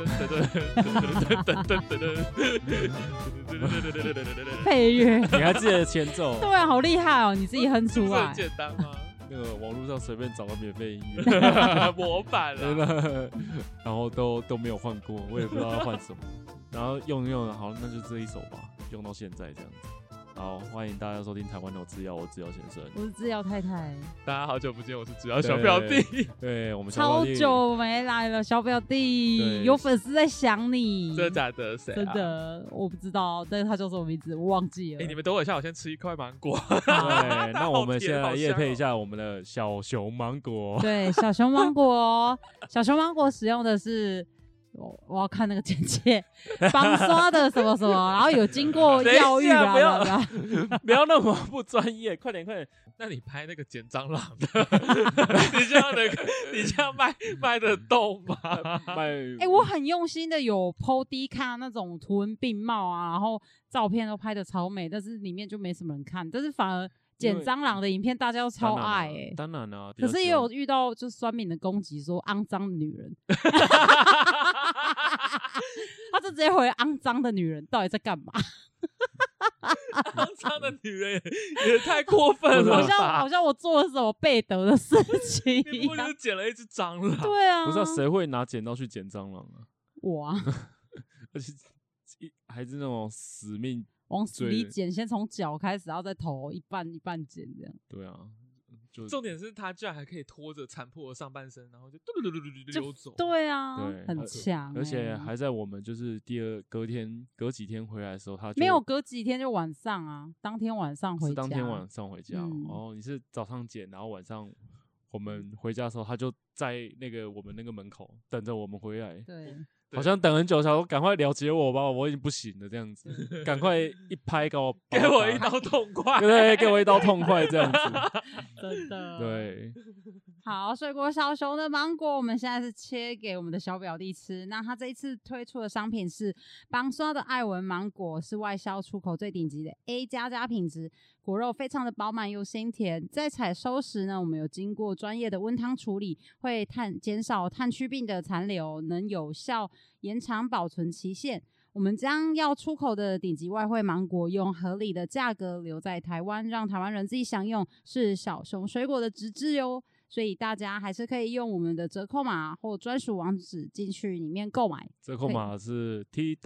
配乐， 你还记得前奏？ 对啊，好厉害哦，你自己哼出来， 很简单吗？ 那个网络上随便找个免费音乐， 模板了， 然后都没有换过，我也不知道要换什么，然后用好，那就这一首吧，用到现在这样子。好，欢迎大家收听台湾有制药，我制药先生， 我是制药太太。 大家好久不见，我是制药小表弟。 对，我们小表弟超久没来了，小表弟，有粉丝在想你。 真的假的？谁？ 真的，我不知道，但是他叫什么名字，我忘记了。 你们等我一下，我先吃一块芒果。 对，那我们先来业配一下我们的小熊芒果。 对，小熊芒果，小熊芒果使用的是。我要看那个简介，防刷的什么什么，然后有经过药浴啊， 不要那么不专业，快点！ 那你拍那个捡蟑螂的，你这样卖得动吗？ 我很用心的有 po D 卡那种图文并茂啊，然后照片都拍的超美，但是里面就没什么人看，但是反而。捡蟑螂的影片大家都超爱当然啊， 可是也有遇到就是酸民的攻击，说肮脏的女人，他就直接回肮脏的女人到底在干嘛？ 肮脏的女人也太过分了吧！ 好像我做了什么背德的事情， 你不就是捡了一只蟑螂？ 对啊， 不知道谁会拿剪刀去捡蟑螂啊？ 我啊， 而且还是那种死命。 往死里剪，先从脚开始，然后再头一半一半剪这样。 对啊， 重点是他居然还可以拖着残破的上半身，然后就溜走。 对啊， 对， 很强而且还在我们就是隔几天回来的时候，他就没有隔几天就晚上啊，当天晚上回家。 是当天晚上回家哦，你是早上剪，然后晚上我们回家的时候，他就在我们那个门口等着我们回来。 对。 好像等很久，想说赶快了结我吧，我已经不行了这样子，赶快一拍给我一刀痛快， 对，给我一刀痛快这样子， 真的。 对， 好，水果小熊的芒果，我们现在是切给我们的小表弟吃。那他这一次推出的商品是邦刷的艾文芒果，是外销出口最顶级的 A++ 品质，果肉非常的饱满又鲜甜。在采收时呢，我们有经过专业的温汤处理，会减少炭疽病的残留，能有效延长保存期限。我们将要出口的顶级外汇芒果用合理的价格留在台湾，让台湾人自己享用，是小熊水果的直至哟。所以大家还是可以用我们的折扣码或专属网址进去里面购买。 折扣码是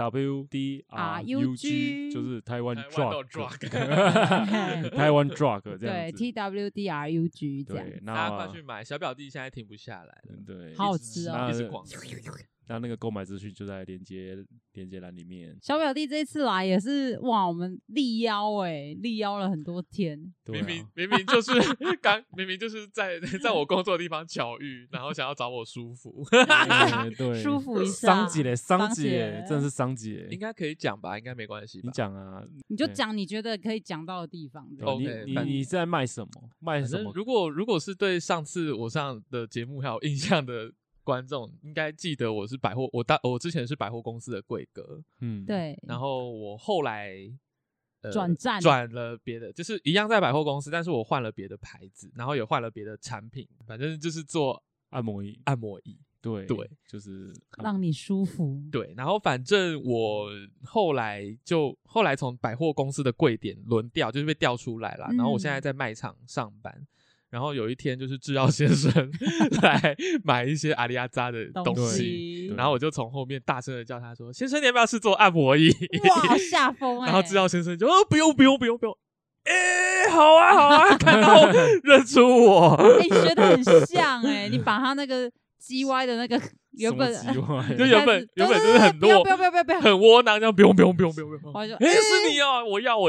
TWDRUG， 就是台湾 drug， 台湾 drug 这样子。 对 ，TWDRUG 这样。 大家快去买，小表弟现在停不下来了。 对， 好好吃哦， 一直狂。 那个购买资讯就在连接栏里面。 小表弟这一次来也是哇，我们力邀了很多天。 对啊、 明明就是明明就是在我工作的地方巧遇，然后想要找我舒服， 对， 舒服一下。 桑姐，真的是桑姐， 应该可以讲吧？应该没关系吧？ 你讲啊， 你就讲你觉得可以讲到的地方。 OK， 你在卖什么？卖什么？ 如果是对上次我上的节目还有印象的观众应该记得我是我之前是百货公司的柜哥， 对， 然后我后来转了别的，就是一样在百货公司，但是我换了别的牌子，然后也换了别的产品，反正就是做按摩椅，对，就是让你舒服。 对，然后反正我后来从百货公司的柜点轮调，就是被调出来了，然后我现在在卖场上班。然后有一天就是制药先生来买一些阿里亚扎的东西，然后我就从后面大声的叫他说：“先生，你要不要试做按摩椅？” 哇，下风然后制药先生就不用，好啊，看到认出我， 你学得很像你把他那个鸡歪的那个原本就是很弱， 不要， 很窝囊，这样不用，是你哦，我要，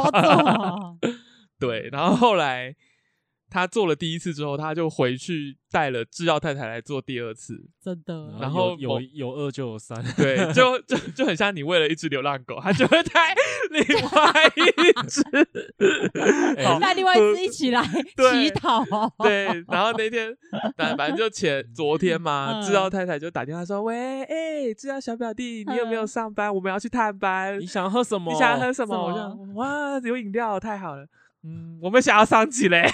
对，然后后来。他做了第一次之后，他就回去带了制药太太来做第二次， 真的。 然后有二就有三， 对，就很像你为了一只流浪狗，他就会带另外一只， 带另外一只一起来乞讨。 对，然后那天，反正就昨天嘛，制药太太就打电话说：“喂，制药小表弟，你有没有上班？我们要去探班， 你想喝什么？ 我就哇，有饮料，太好了。” 我们想要桑吉嘞。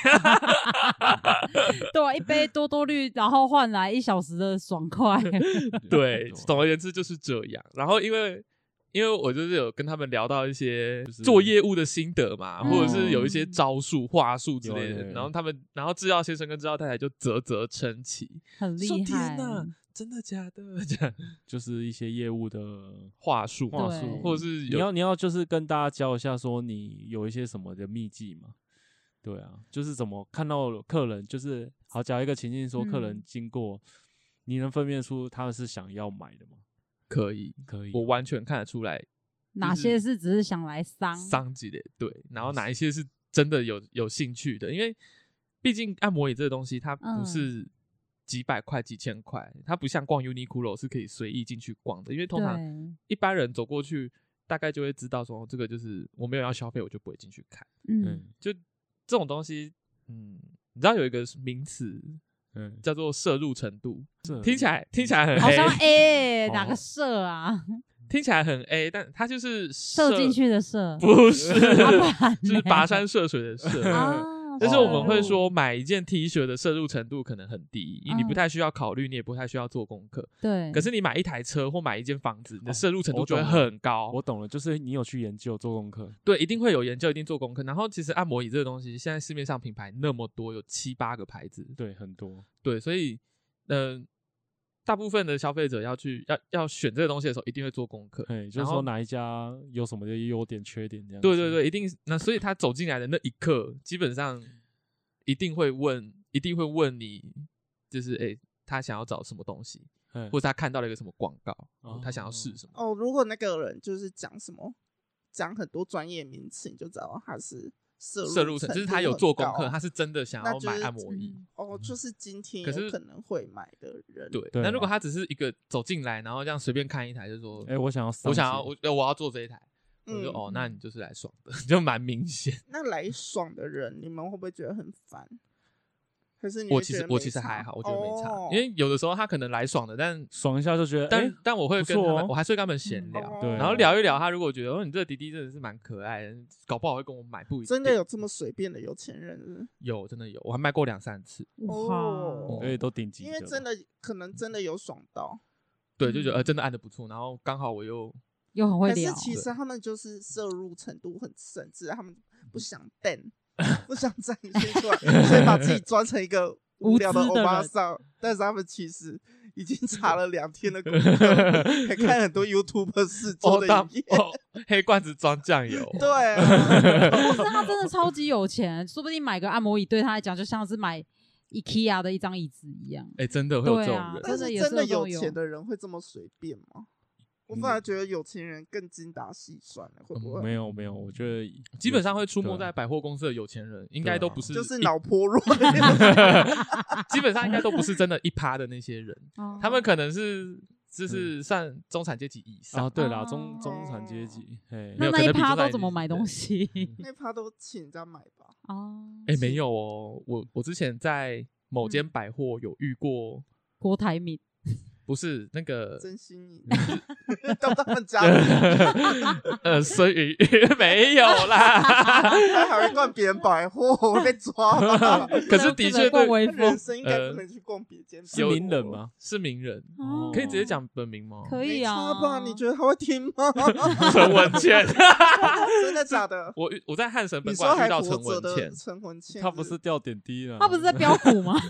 对啊，一杯多多绿，然后换来1小时的爽快。 对，总而言之就是这样。然后因为我就是有跟他们聊到一些做业务的心得嘛，或者是有一些招数、话术之类的，然后制药先生跟制药太太就啧啧称奇， 很厉害。 说天哪，真的假的？这样就是一些业务的话术，或者是你要就是跟大家教一下，说你有一些什么的秘技嘛？对啊，就是怎么看到客人，就是好假一个情境说，客人经过，你能分辨出他们是想要买的吗？ 可以，我完全看得出来， 哪些是只是想来桑吉的，对，然后哪一些是真的有兴趣的，因为毕竟按摩椅这个东西，它不是几百块、几千块，它不像逛 Uniqlo 是可以随意进去逛的，因为通常一般人走过去，大概就会知道说这个就是我没有要消费，我就不会进去看。就这种东西，你知道有一个名词。叫做摄入程度，听起来很 A， 好像 A 哪个摄啊？ 听起来很 A， 但它就是射进去的射， 不是，就是跋山涉水的涉。但是我们会说，买一件 T 恤的摄入程度可能很低，你不太需要考虑，你也不太需要做功课。 对。 可是你买一台车或买一间房子，你的摄入程度就会很高。 我懂了，就是你有去研究做功课。 对，一定会有研究，一定做功课。然后其实按摩椅这个东西，现在市面上品牌那么多，有7、8个牌子。 对，很多。 对，所以大部分的消费者要选这个东西的时候，一定会做功课。 就是说哪一家有什么的优点、缺点这样。 对，一定。那所以他走进来的那一刻，基本上一定会问你，就是他想要找什么东西，或者他看到了一个什么广告，他想要试什么。 如果那个人就是讲很多专业名词，你就知道他是摄入程度， 就是他有做功课，他是真的想要买按摩椅。 就是今天有可能会买的人。 对，那如果他只是一个走进来，然后这样随便看一台，就说， 我想要做这一台，我就那你就是来爽的，就蛮明显。 那来爽的人，你们会不会觉得很烦？可是我其实还好，我觉得没差，因为有的时候他可能来爽的，但爽一下就觉得， 但我会跟他们，我还是会跟他们闲聊， 对， 然后聊一聊。他如果觉得你这个弟弟真的是蛮可爱的，搞不好会跟我买，不一定。 真的有这么随便的有钱人是不是？ 有，真的有，我还卖过2、3次。 而且都顶级的。 因为可能真的有爽到， 对，就觉得真的按得不错，然后刚好我又很会聊。 可是其实他们就是摄入程度很深，只是他们不想等，不想展现出来，所以把自己装成一个无聊的欧巴桑，但是他们其实已经查了2天的功课，还看很多 YouTuber 试做的影片， 黑罐子装酱油。 对啊， 但是他真的超级有钱，说不定买个按摩椅对他来讲就像是买 IKEA 的一张椅子一样。 真的会有这种人， 但是真的有钱的人会这么随便吗？我反而觉得有钱人更精打细算了，会不会？ 没有，我觉得基本上会出没在百货公司的有钱人，应该都不是， 就是脑波弱， 基本上应该都不是真的1%的那些人，他们可能是就是算中产阶级以上。 对啦，中产阶级， 那1%都怎么买东西？ 那1%都请人家买吧。 没有哦，我之前在某间百货有遇过郭台铭。 不是那个真心你到他们家里所以没有啦， 他还会逛别人百货，我会被抓吧。 可是的确对人生应该不能去逛别间。 是名人吗？ 是名人，可以直接讲本名吗？ 可以啊。 没差吧？你觉得他会听吗？ 陈文茜， 真的假的？ 我在汉神本馆遇到陈文茜， 他不是掉点滴了？ 他不是在飙股吗？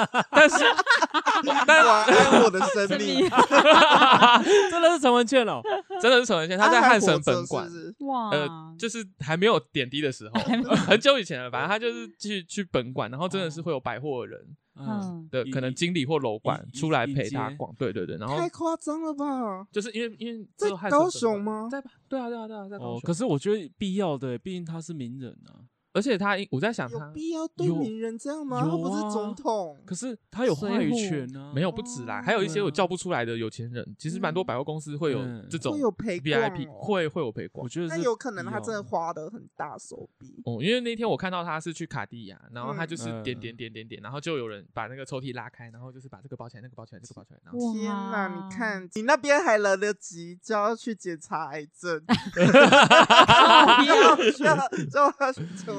但晚安我的生命， 真的是陈文茜哦， 真的是陈文茜，他在汉神本馆， 哇， 就是还没有点滴的时候，很久以前了，反正他就是去本馆，然后真的是会有百货的人的可能经理或楼管出来陪他逛，对，然后太夸张了吧？ 就是因为在高雄吗？ 对啊，在高雄。 可是我觉得必要的，毕竟他是名人啊。 而且我在想， 有必要对名人这样吗？他不是总统， 可是他有话语权啊。 没有，不止啦，还有一些我叫不出来的有钱人。其实蛮多百货公司会有这种， 会有陪逛 VIP，会有陪逛。 我觉得那有可能他真的花的很大手笔。 因为那天我看到他是去卡地亚，然后他就是点，然后就有人把那个抽屉拉开，然后就是把这个包起来，那个包起来，这个包起来。 天哪，你看你那边还来得及，就要去检查癌症，就要陈文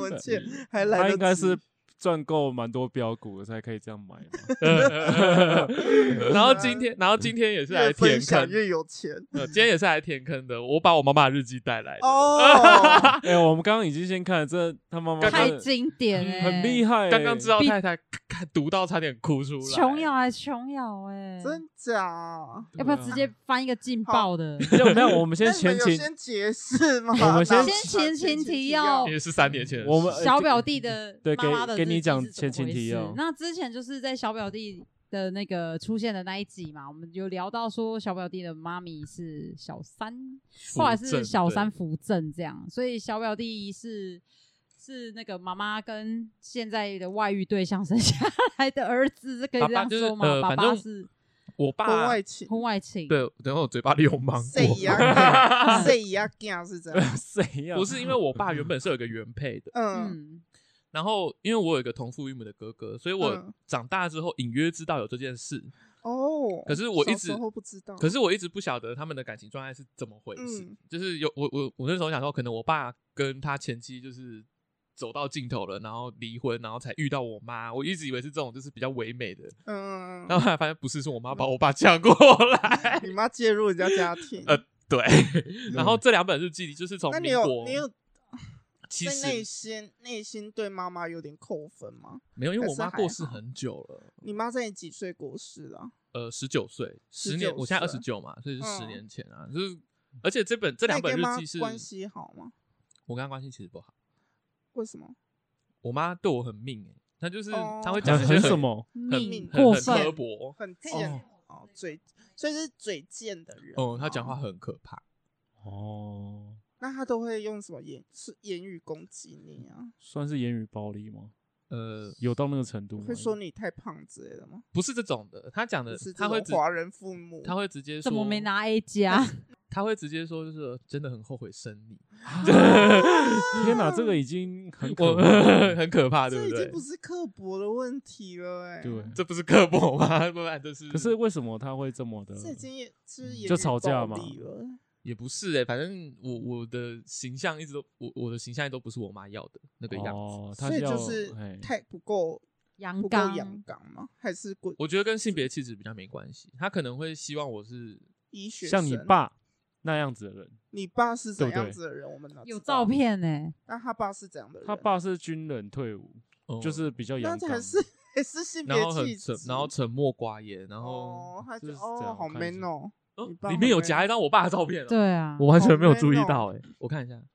们钱还来得及。 他应该是赚够蛮多标股的才可以这样买嘛。 然后今天也是来越填分享坑， 越有钱今天也是来填坑的。我把我妈妈的日记带来的， 哦。 哎、我们刚刚已经先看了，这他妈妈太真的经典很厉害、欸。 刚刚知道太太读到差点哭出来。 琼瑶还琼瑶哎， 真假？ 要不要直接翻一个劲爆的？ 没有，我们先那你们有前情， 先解释吗？ 我们先先前情提要因为是3年前的事， 我们小表弟的对妈妈的给你讲日记是怎么前情回事提要那之前就是在小表弟的那个出现的那一集嘛，我们有聊到说小表弟的妈咪是小三，后来是小三扶正这样，所以小表弟是那个妈妈跟现在的外遇对象生下来的儿子，可以这样说吗？爸爸是我爸婚外情， 婚外情， 对，然后我嘴巴里有芒谁果。 呀？谁呀？是这样。 谁呀？ 不是因为我爸原本是有一个原配的， 嗯， 然后因为我有一个同父异母的哥哥，所以我嗯长大之后隐约知道有这件事。 哦。 可是我一直小时候不知道。 可是我一直不晓得他们的感情状态是怎么回事。就是我那时候想说，可能我爸跟他前妻就是走到尽头了，然后离婚，然后才遇到我妈。我一直以为是这种就是比较唯美的，然后后来发现不是，是我妈把我爸抢过来。 你妈介入人家家庭。 对。然后这2本日记就是从那你民国有其在实内心对妈妈有点扣分吗？ 没有，因为我妈过世还是还好很久了。 你妈在你几岁过世了 19岁，10年， 19 我现在岁 29嘛，所以是10 嗯年前啊。就是而且这2本日记是关系好吗？ 我跟她关系其实不好。 为什么？ 我妈对我很命她就是哦她会讲一些很什么？ 命很刻过分， 薄很贱哦，所以是嘴贱的人。 哦，她讲话很可怕。 哦， 那他都会用什么言语攻击你啊？ 算是言语暴力吗？ 呃， 有到那个程度吗？ 会说你太胖之类的吗？ 不是这种的，她讲的不是这她会种华人父母， 她会直接说怎么没拿 A 加？ 她会直接说，就是真的很后悔生你。 天哪，这个已经很可我怕了。 很可怕，对不对这已经不？是刻薄的问题了，哎， 对， 这不是刻薄吗？不然这是。 可是为什么他会这么的？ 这已经也是言语就吵架嘛暴力了。 也不是反正我的形象一直都我的形象都不是我妈要的那个样子。 哦，他所以要就是哎太不够阳阳刚吗？还是过我觉得跟性别气质比较没关系，她可能会希望我是医学像你生？ 爸那样子的人， 你爸是怎对不对样子的人？我们哪有知道照？片呢， 那他爸是怎样的人？ 他爸是军人退伍，就是比较那阳刚， 才是也是性别然后很气质， 然后沉默寡言，然后哦，他就就是好这样看 man 起哦。你爸里面有好 man 夹一张我爸的照片了， 对啊， 我完全没有注意好 man 到哦我看一下，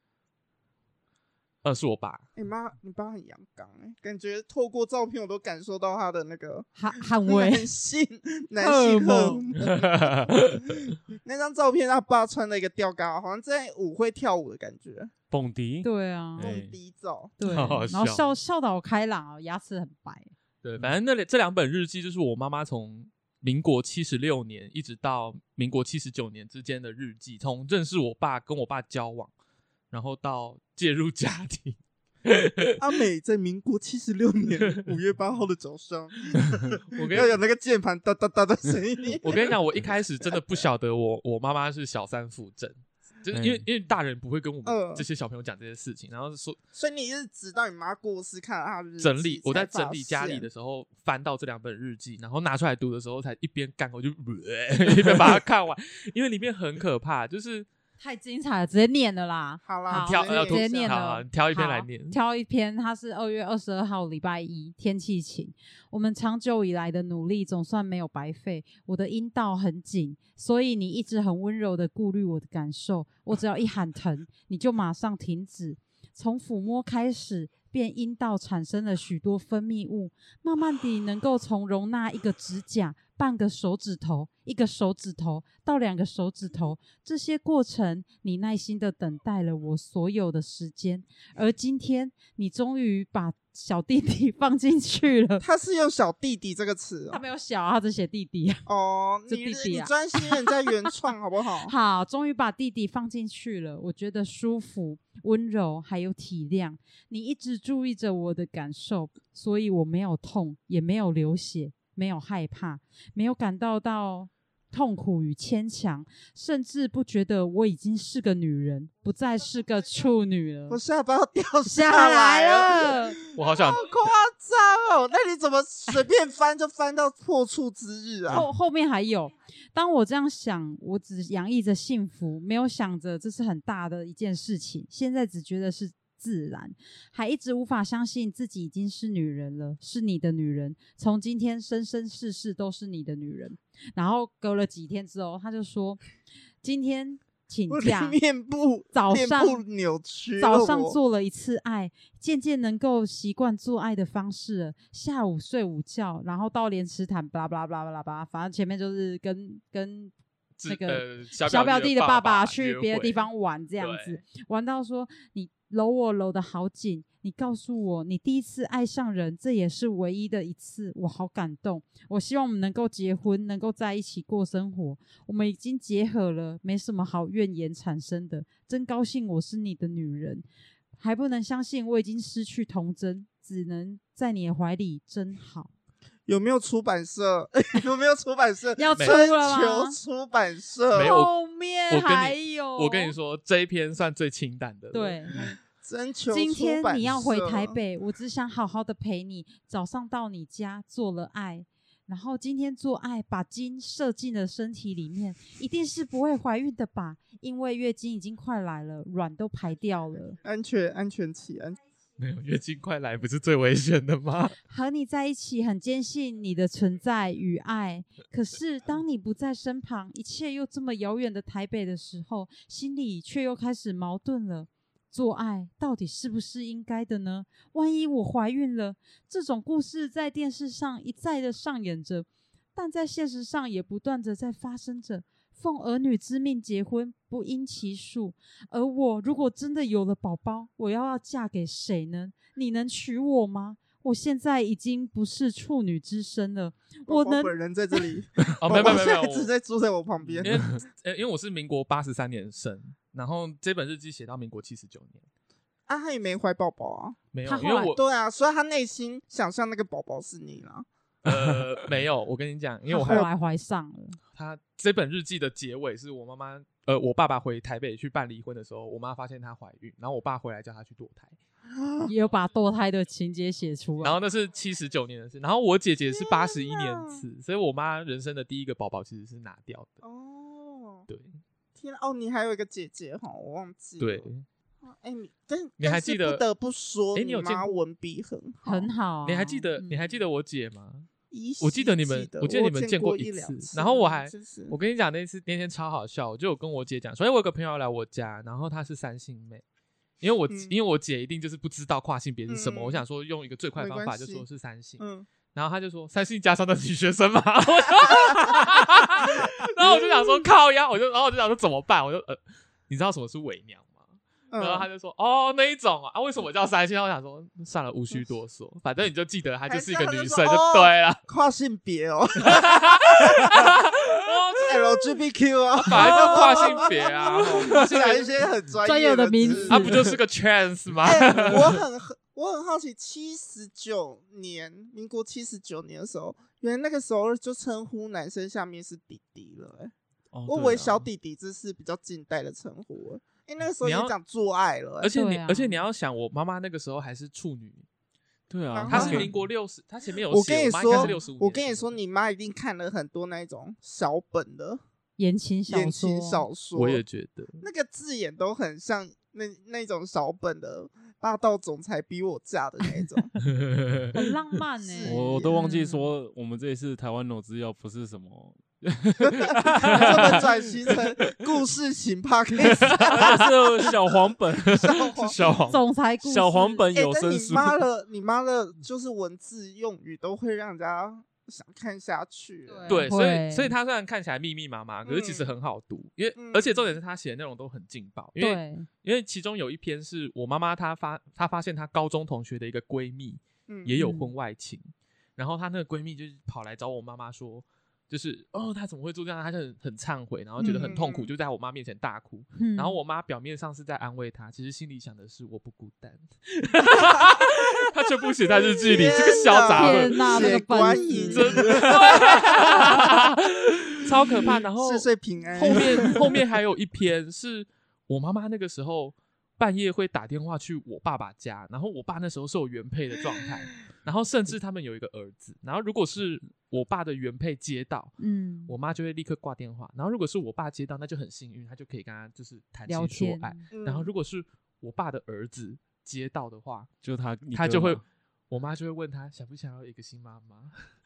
是我爸， 你爸很阳刚感觉透过照片我都感受到他的那个捍卫男性荷尔蒙。那张照片，他爸穿了一个吊嘎，好像在舞会跳舞的感觉， 蹦迪， 对啊， 哎蹦迪照。 对， 好好然后笑笑导开朗，牙齿很白， 对，反正这2本日记就是我妈妈从民国76年一直到民国79年之间的日记，从认识我爸跟我爸交往，然后到介入家庭。 阿美在民国76年5月8号的早上， 我跟要有那个键盘哒哒哒的声音。 我跟你讲，我一开始真的不晓得我妈妈是小三扶正，就是因为大人不会跟我们这些小朋友讲这些事情，然后说， 所以你是直到你妈过世看到她的日记整理，我在才发整理家里现的时候翻到这2本日记，然后拿出来读的时候，才一边干我就一边把它看完，因为里面很可怕，就是太精彩了，直接念了啦。 好啦， 直接念了， 好，挑一篇来好念。 挑一篇，它是2月22号礼拜一，天气晴。我们长久以来的努力总算没有白费。我的阴道很紧，所以你一直很温柔的顾虑我的感受。我只要一喊疼，你就马上停止。从抚摸开始，便阴道产生了许多分泌物，慢慢地能够从容纳一个指甲、半个手指头、1个手指头到2个手指头，这些过程你耐心的等待了我所有的时间，而今天你终于把小弟弟放进去了。 他是用小弟弟这个词他没有小，他只写弟弟啊。 哦， 这弟弟啊你专心人家原创好不好？ 好，终于把弟弟放进去了，我觉得舒服、温柔，还有体谅。你一直注意着我的感受，所以我没有痛，也没有流血，没有害怕，没有感到痛苦与牵强，甚至不觉得我已经是个女人，不再是个处女了。 我下巴要掉下来来了， 我好想好夸张哦！那你怎么随便翻就翻到破处之日啊？ 后面还有，当我这样想，我只洋溢着幸福，没有想着这是很大的一件事情，现在只觉得是自然，还一直无法相信自己已经是女人了，是你的女人，从今天生生世世都是你的女人。然后隔了几天之后，他就说今天请我假， 面部早上面部扭曲了早上我做了一次爱，渐渐能够习惯做爱的方式了。下午睡午觉，然后到莲池潭，巴拉巴拉巴拉巴拉巴拉，反正前面就是跟那个小表弟的爸爸去别的地方玩，这样子玩到说你搂我搂得好紧，你告诉我你第一次爱上人，这也是唯一的一次，我好感动。我希望我们能够结婚，能够在一起过生活。我们已经结合了，没什么好怨言产生的。真高兴我是你的女人，还不能相信我已经失去童真，只能在你的怀里，真好。 有没有出版社？有没有出版社要出征了吗求出版社？ 没有后面还有， 我跟你说，这一篇算最清淡的了。 对。 征求今天出版你要回社台北，我只想好好的陪你。早上到你家做了爱，然后今天做爱把精射进了身体里面，一定是不会怀孕的吧？因为月经已经快来了，卵都排掉了。 安全期没有月经快来不是最危险的吗？ 和你在一起很坚信你的存在与爱，可是当你不在身旁，一切又这么遥远的台北的时候，心里却又开始矛盾了。做爱到底是不是应该的呢？万一我怀孕了，这种故事在电视上一再的上演着，但在现实上也不断的在发生着。奉儿女之命结婚，不因其数。而我如果真的有了宝宝，我要嫁给谁呢？你能娶我吗？我现在已经不是处女之身了，我能本人在这里哦，没有， 只在住在我旁边。 因为我是民国83年生，然后这本日记写到民国79年。 啊，他也没怀宝宝啊， 没有， 他后来因为我对啊，所以他内心想象那个宝宝是你啦。 没有，我跟你讲，因为我后来怀上了。 他这本日记的结尾是我妈妈我爸爸回台北去办离婚的时候，我妈发现她怀孕，然后我爸回来叫她去堕胎， 也有把堕胎的情节写出来。 然后那是79年的事，然后我姐姐是81年次，所以我妈人生的第一个宝宝其实是拿掉的。 哦， 对， 天哦，你还有一个姐姐哈，我忘记了。 对， 哎， 你还记得不得不说， 你有见过妈文笔很好， 很好啊。 你还记得我姐吗？ 依稀我记得你们见过一次， 次然后我跟你讲那天超好笑，我就有跟我姐讲，所以我有个朋友要来我家，然后她是3性妹，因为我姐一定就是不知道跨性别是什么，我想说用一个最快的方法就说是3性，然后她就说3性加上的女学生嘛，然后我就想说靠腰，然后我就想说怎么办，我就你知道什么是伪娘吗？然后他就说：“哦，那一种啊，为什么叫3性？”我想说算了，无需多说，反正你就记得她就是一个女生就对了。 跨性别哦，LGBTQ 啊， 反正就跨性别啊， 讲一些很专有的名词， 啊，不就是个 trans 吗？ 我很好奇民国79年的时候，原来那个时候就称呼男生下面是弟弟了，我以为小弟弟这是比较近代的称呼。那个时候也讲做爱了， 而且你要想，我妈妈那个时候还是处女， 对啊， 她是民国60，她前面有写，我跟你说，你妈一定看了很多那种小本的言情小说， 我也觉得那个字眼都很像那种小本的霸道总裁逼我嫁的那种， 很浪漫我都忘记说，我们这一次台湾脑资料不是什么。 这么转型成故事型 podcast， 是小黄本，小黄总裁故事， 小黄本有声书。 你妈的，就是文字用语都会让人家想看下去。 对，所以他虽然看起来密密麻麻，可是其实很好读，因为而且重点是他写的内容都很劲爆，因为其中有一篇是我妈妈她发现她高中同学的一个闺蜜也有婚外情，然后她那个闺蜜就是跑来找我妈妈说。 就是他怎么会做这样，他就很忏悔，然后觉得很痛苦，就在我妈面前大哭。然后我妈表面上是在安慰他，其实心里想的是我不孤单。他却不写在日记里，这个小杂货， 天哪，那个观本音子真的超可怕。然后岁岁平安。 后面还有一篇是我妈妈那个时候半夜会打电话去我爸爸家，然后我爸那时候是有原配的状态，然后甚至他们有一个儿子，然后如果是我爸的原配接到，我妈就会立刻挂电话，然后如果是我爸接到，那就很幸运，他就可以跟他就是谈情说爱，然后如果是我爸的儿子接到的话， 就他就会，我妈就会问他想不想要一个新妈妈，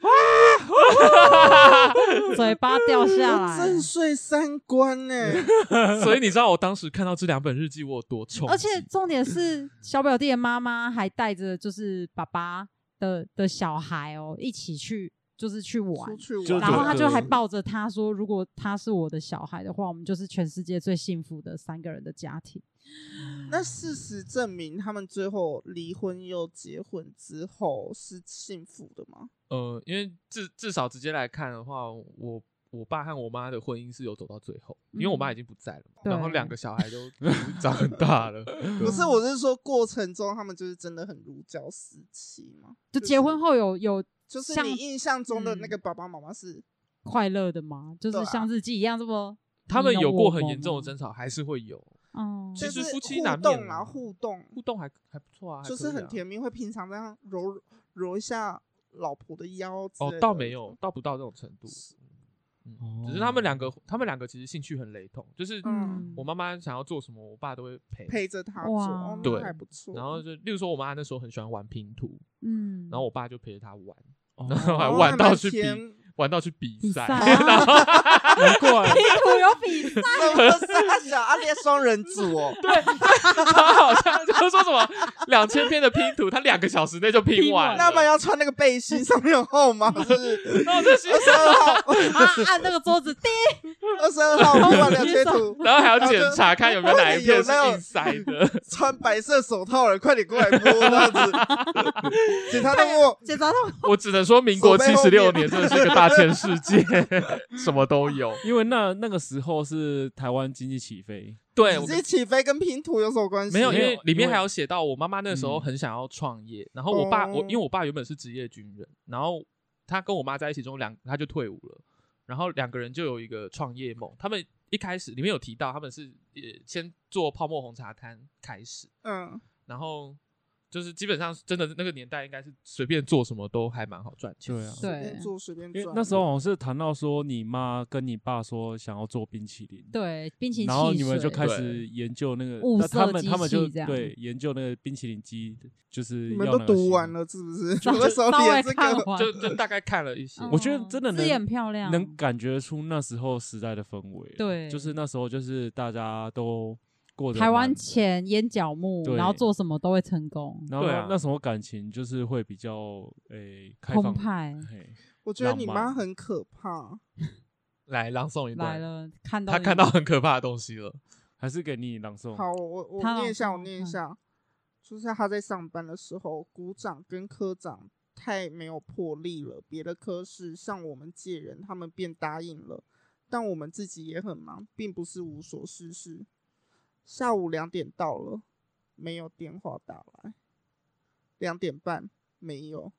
嘴巴掉下来， 震碎三观呢。 所以你知道我当时看到这2本日记我有多冲击， 而且重点是小表弟的妈妈还带着就是爸爸的小孩一起去。就是去玩，然后他就还抱着他说，如果他是我的小孩的话，我们就是全世界最幸福的3个人的家庭。 那事实证明，他们最后离婚又结婚之后是幸福的吗？ 因为至少直接来看的话，我爸和我妈的婚姻是有走到最后，因为我妈已经不在了嘛，然后2个小孩都长很大了。 不是，我是说过程中他们就是真的很如胶似漆嘛。 就结婚后有就是你印象中的那个爸爸妈妈是快乐的吗？就是像日记一样这么？ 他们有过很严重的争吵，还是会有。其实夫妻难免互动还不错啊，就是很甜蜜，会平常这样揉一下老婆的腰之类的。 倒没有，倒不到这种程度。只是他们两个其实兴趣很雷同，就是我妈妈想要做什么，我爸都会陪着她做，对，还不错。 然后就例如说，我妈那时候很喜欢玩拼图，然后我爸就陪着她玩，然后还玩到去比赛， 难怪拼图有比赛， 什么阿列双人组对，他好像就是说什么2000篇的拼图，他2个小时内就拼完了。 那么要穿那个背心，上面有号码，是不是？ 然后就 22号按那个桌子 22号拼完2000图， 然后还要检查看有没有哪一片是硬塞的。 穿白色手套的，快点过来摸这样子。检查到我只能说，民国76年真的是个大千世界，什么都有。 因为那个时候是台湾经济起飞， 对， 经济起飞跟拼图有什么关系？ 没有，因为里面还有写到我妈妈那时候很想要创业，然后我爸因为我爸原本是职业军人，然后他跟我妈在一起中他就退伍了，然后2个人就有一个创业梦。他们一开始里面有提到，他们是先做泡沫红茶摊开始，然后就是基本上真的那个年代应该是随便做什么都还蛮好赚钱。 对啊， 随便做随便赚。 因为那时候好像是谈到说你妈跟你爸说想要做冰淇淋， 对，冰淇淋， 然后你们就开始研究那个他们就对研究那个冰淇淋机，就是你们都读完了是不是？那时候连这个就大概看了一些。 我觉得真的字很漂亮， 能感觉出那时候时代的氛围。 对， 就是那时候就是大家都台湾钱淹脚木，然后做什么都会成功。 然后那时候感情就是会比较开放澎湃。 我觉得你妈很可怕。 来朗诵一段。 来了，他看到很可怕的东西了， 还是给你朗诵？ 好，我念一下。就是他在上班的时候，股长跟科长太没有魄力了，别的科室向我们借人，他们便答应了，但我们自己也很忙，并不是无所事事。下午2点到了，没有电话打来。2点半没有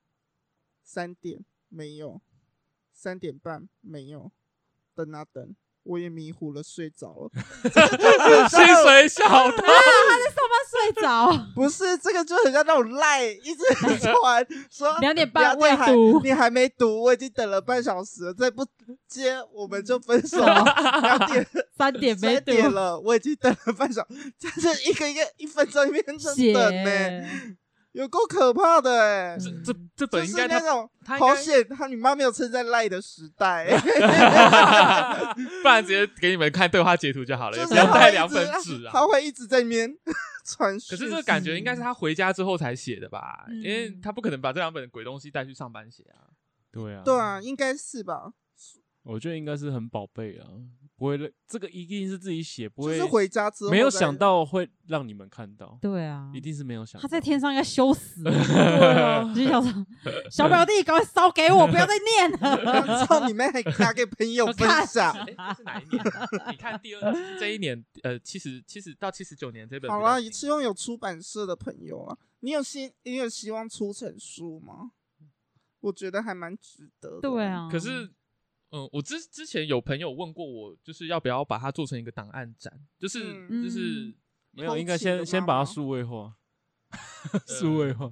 ，3点没有，3点半没有，等啊等，我也迷糊了，睡着了。 薪水小偷， 他在上班睡着。 不是，这个就很像那种赖，一直传说 2点半未读， 你还没读，我已经等了半小时了，再不接我们就分手。3点没读了，我已经等了半小时，这是1分钟1分钟等呢。有够可怕的哎！ 这本应该就是那种好险，你妈没有撑在赖的时代， 不然直接给你们看对话截图就好了，也不要带2本纸啊。 他会一直在那边传。 可是这个感觉应该是他回家之后才写的吧？因为他不可能把这2本鬼东西带去上班写啊。 对啊， 对啊，应该是吧？ 我觉得应该是很宝贝啊， 不会，这个一定是自己写，不会就是回家之后没有想到会让你们看到， 对啊， 一定是没有想到。 他在天上应该羞死了。 对啊， 就想说，小表弟赶快烧给我，不要再念了。 操你妹，还拿给朋友分享。 这是哪一年？你看这一年，70到79年这本。 好啦，希望有出版社的朋友啊，你有希望出成书吗？我觉得还蛮值得的。 对啊， 可是，我之前有朋友问过我，就是要不要把它做成一个档案展，就是没有，应该先把它数位化，数位化。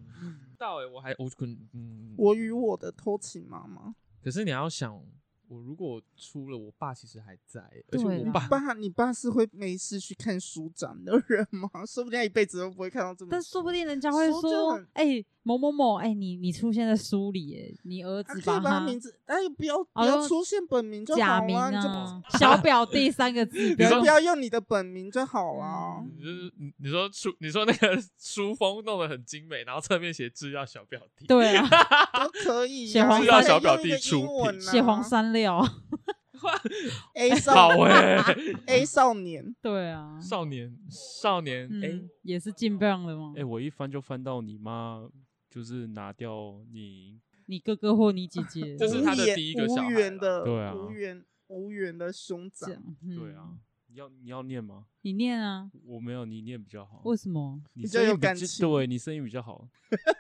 我与我的偷情妈妈。 可是你要想，我如果出了，我爸其实还在，而且我爸， 你爸是会没事去看书展的人吗？说不定他一辈子都不会看到这么。 但说不定人家会说，某某某，你出现在书里，你儿子把他名字，不要出现本名就好假名啊， 小表弟3个字， 不要用你的本名就好了。 你说那个书封弄得很精美，然后侧面写制药小表弟， 对啊， 都可以写黄制药小表弟出品， 写黄山料。 A 少 A 少年， 对啊， 少年也是劲棒的吗？ 我一翻就翻到你妈，就是拿掉你哥哥或你姐姐， 这是他的第一个小孩， 对啊， 无缘的兄长， 对啊，你要念吗？ 你念啊， 我没有，你念比较好。 为什么？ 比较有感情， 对，你声音比较好。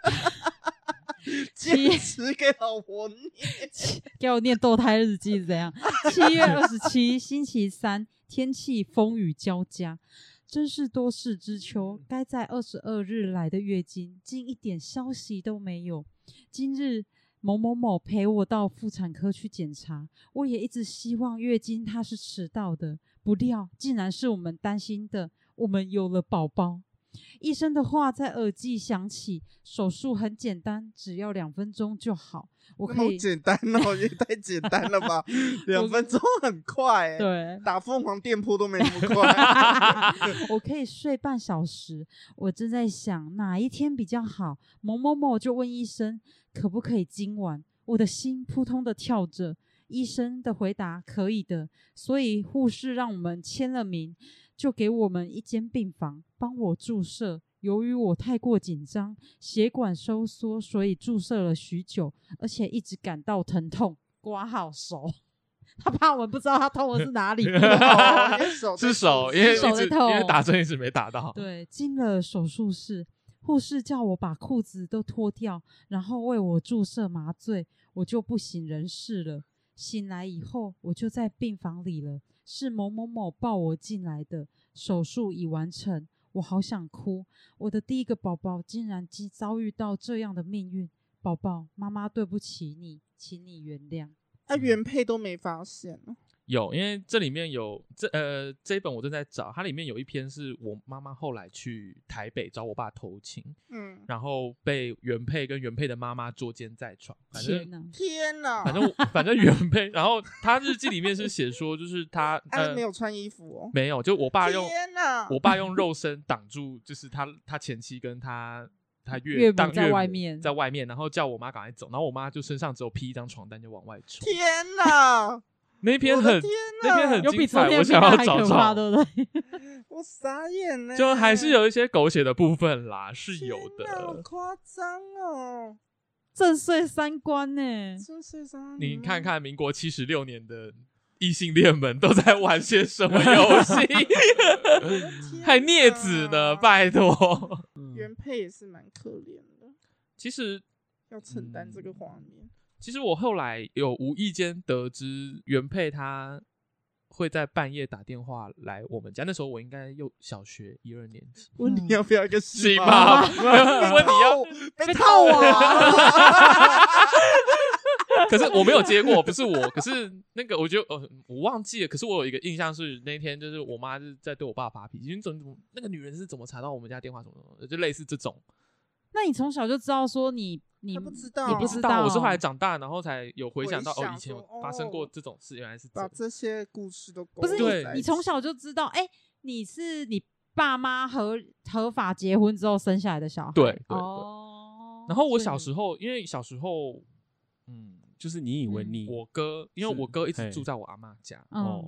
坚持给老婆念， 给我念堕胎日记是怎样？7月27星期3，天气风雨交加，真是多事之秋。该在22日来的月经，竟一点消息都没有。今日某某某陪我到妇产科去检查，我也一直希望月经它是迟到的，不料竟然是我们担心的，我们有了宝宝。医生的话在耳际响起，手术很简单，只要2分钟就好。我可以， 好简单哦，也太简单了吧？2分钟很快对， 打凤凰店铺都没那么快。 我可以睡半小时。我正在想哪一天比较好，某某某就问医生可不可以今晚。我的心扑通的跳着，医生的回答可以的，所以护士让我们签了名，就给我们一间病房帮我注射。由于我太过紧张，血管收缩，所以注射了许久，而且一直感到疼痛。挂号手，他怕我们不知道他痛的是哪里。 是手，因为打针一直没打到。 对，进了手术室，护士叫我把裤子都脱掉，然后为我注射麻醉，我就不省人事了。醒来以后，我就在病房里了，是某某某抱我进来的。手术已完成，我好想哭。我的第一个宝宝竟然遭遇到这样的命运，宝宝，妈妈对不起你，请你原谅。 原配都没发现哦。 有，因为这里面有这一本我正在找，它里面有一篇是我妈妈后来去台北找我爸偷情，然后被原配跟原配的妈妈捉奸在床。 天哪！ 反正原配，然后他日记里面是写说，就是他没有穿衣服哦， 没有，就我爸用肉身挡住，就是他前妻跟他岳母在外面， 然后叫我妈赶快走，然后我妈就身上只有披一张床单就往外冲。 天哪！ 那篇很精彩，我想要找找， 对不对？ 我傻眼了， 就还是有一些狗血的部分啦，是有的。 好夸张哦！ 震碎3观呢， 震碎3观。 你看看民国76年的异性恋们都在玩些什么游戏？还孽子呢，拜托。 原配也是蛮可怜的， 其实要承担这个画面。 其实我后来有无意间得知，原配他会在半夜打电话来我们家。那时候我应该小学1、2年级。 问你要不要一个洗吗？问你要被套啊！ 可是我没有接过，不是我。可是那个，我觉得我忘记了。可是我有一个印象是那天就是我妈是在对我爸发脾气，那个女人是怎么查到我们家电话什么的，就类似这种。 那你从小就知道说你不知道， 你不知道， 我是后来长大，然后才有回想到以前有发生过这种事，原来是把这些故事都不是你从小就知道，你是你爸妈合法结婚之后生下来的小孩， 对哦。然后我小时候，因为小时候， 就是你以为我哥，因为我哥一直住在我阿嬷家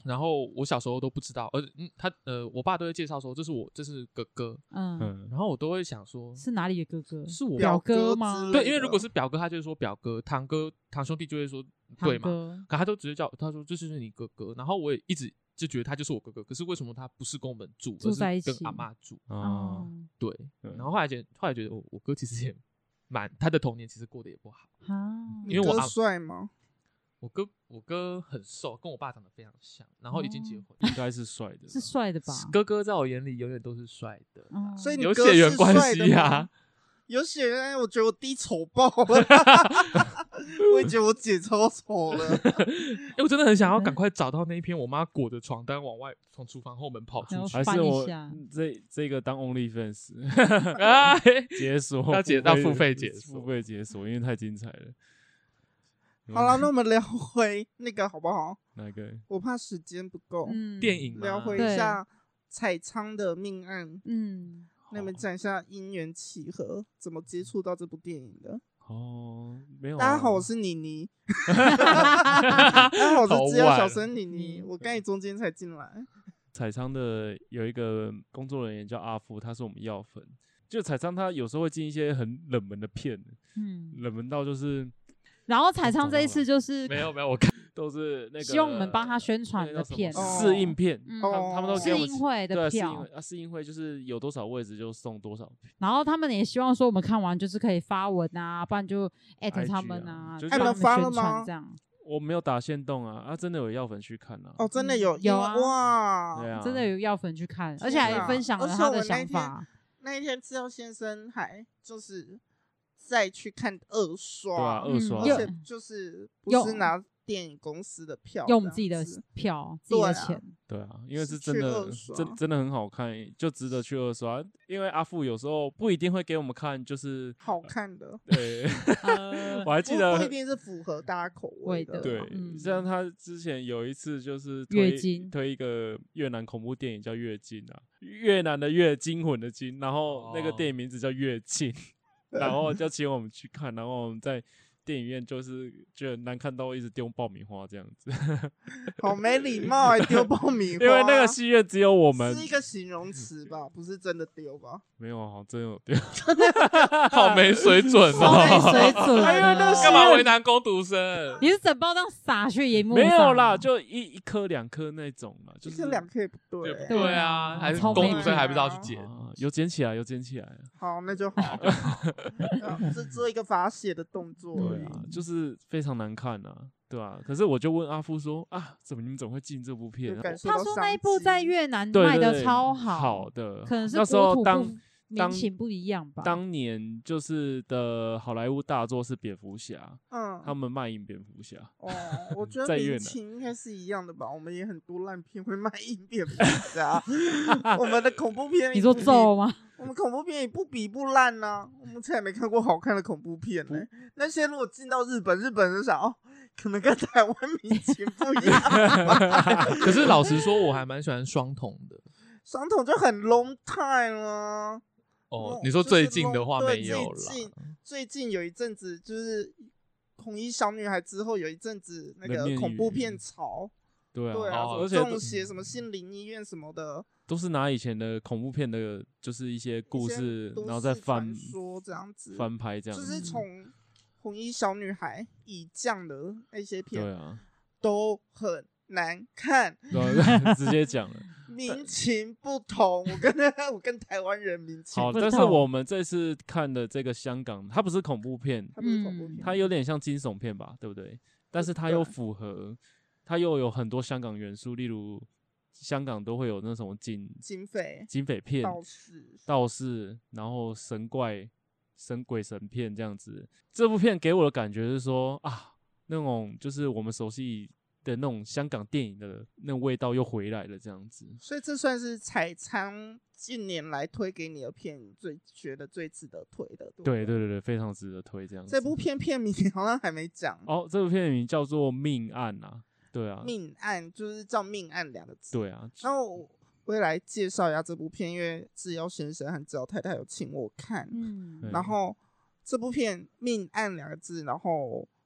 然后我小时候都不知道，我爸都会介绍说这是哥哥，然后我都会想说是哪里的哥哥？ 是我表哥之吗？ 类的对，因为如果是表哥，他就会说表哥；堂兄弟就会说对嘛。 哥可他都直接叫他说这就是你哥哥，然后我也一直就觉得他就是我哥哥。可是为什么他不是跟我们住，而在一起是跟阿嬷住？ 哦， 对。然后后来觉得我哥其实也他的童年其实过得也不好，因为我你哥帅吗？ 我哥很瘦，跟我爸长得非常像，然后已经结婚， 应该是帅的， 是帅的吧？ 哥哥在我眼里永远都是帅的，有所以你哥血缘关系是帅的啊吗。有血缘，我觉得我弟丑爆了，我也觉得我姐超丑的。 我真的很想要赶快找到那一篇我妈裹着床单从厨房后门跑出去， 还是翻一我下这个当 OnlyFans 解锁要付费解锁，因为太精彩了。 好了，那我们聊回那个好不好？ 哪个？ 我怕时间不够。 电影聊回一下彩仓的命案。那你们讲一下因缘起合，怎么接触到这部电影的？ 没有。 大家好，我是妮妮。大家好，我是制药小生妮妮。我刚才中间才进来。 彩仓的有一个工作人员叫阿富，他是我们药粉。就彩仓他有时候会进一些很冷门的片，冷门到就是。 然后彩仓这一次就是没有，我看都是那个希望我们帮他宣传的片， 试映片，他们都给我们试映会的票， 试映会就是有多少位置就送多少。 然后他们也希望说我们看完就是可以发文啊，不然就@他们啊， 就帮发了吗？这样。 我没有打限动啊，真的有药粉去看啊。 哦，真的有啊， 哇， 对啊， 真的有药粉去看，而且还分享了他的想法。 那一天制药先生还就是再去看二刷， 对啊，二刷， 而且就是不是拿电影公司的票， 用自己的票，自己的钱。 对啊，因为是真的，真的很好看，就值得去二刷。因为阿富有时候不一定会给我们看，就是好看的。 对，我还记得不一定是符合大家口味的。 对，像他之前有一次就是推一个越南恐怖电影叫《越境》啊，越南的越，惊魂的惊，然后那个电影名字叫《越境》。然后就请我们去看，然后我们在电影院就是觉得难看到一直丢爆米花这样子， 好没礼貌，还丢爆米花。 因为那个戏院只有我们， 是一个形容词吧，不是真的丢吧？ 没有，好真有丢， 好没水准哦， 好没水准。 因为那个干嘛为难工读生？ 你是整包这样撒去荧幕上？ 没有啦，就一颗两颗那种啦，就是 2颗也不对， 对啊，还是工读生还不知道去捡， 有捡起来，有捡起来。 好，那就好，是做一个罚写的动作而已。 对啊，就是非常难看啊，对啊。可是我就问阿富说啊，你们怎么会进这部片？ 他说那一部在越南卖的超好的， 可能是那时候民情不一样吧。 当年就是的好莱坞大作是蝙蝠侠，他们卖淫蝙蝠侠。 我觉得民情应该是一样的吧。我们也很多烂片会卖淫蝙蝠侠，我们的恐怖片， 你说咒吗？ 我们恐怖片也不比不烂呐，我们才没看过好看的恐怖片呢。那些如果进到日本人想可能跟台湾民情不一样。 可是老实说，我还蛮喜欢双瞳的。 双瞳就很 long time 了。 你说最近的话没有了。 最近有一阵子就是红衣小女孩之后有一阵子那个恐怖片潮。对啊，而且中邪什么心灵医院什么的， 都是拿以前的恐怖片的，就是一些故事，然后再翻说这样子翻拍这样子， 就是从红衣小女孩以降的那些片， 对啊， 都很难看， 直接讲了。 民情不同，我跟台湾人民情不同。 好，但是我们这次看的这个香港，它不是恐怖片，它有点像惊悚片吧，对不对？但是它又符合。它又有很多香港元素，例如香港都会有那种警匪片、道士，然后神鬼神片这样子。这部片给我的感觉是说那种就是我们熟悉的那种香港电影的那种味道又回来了这样子。 所以这算是彩仓近年来推给你的片，觉得最值得推的。 对，非常值得推这样子。 这部片名好像还没讲这部片名叫做《命案》啊。对啊， 命案就是叫命案2个字。 对啊， 然后我会来介绍一下这部片，因为制药先生和制药太太有请我看。然后这部片命案2个字，然后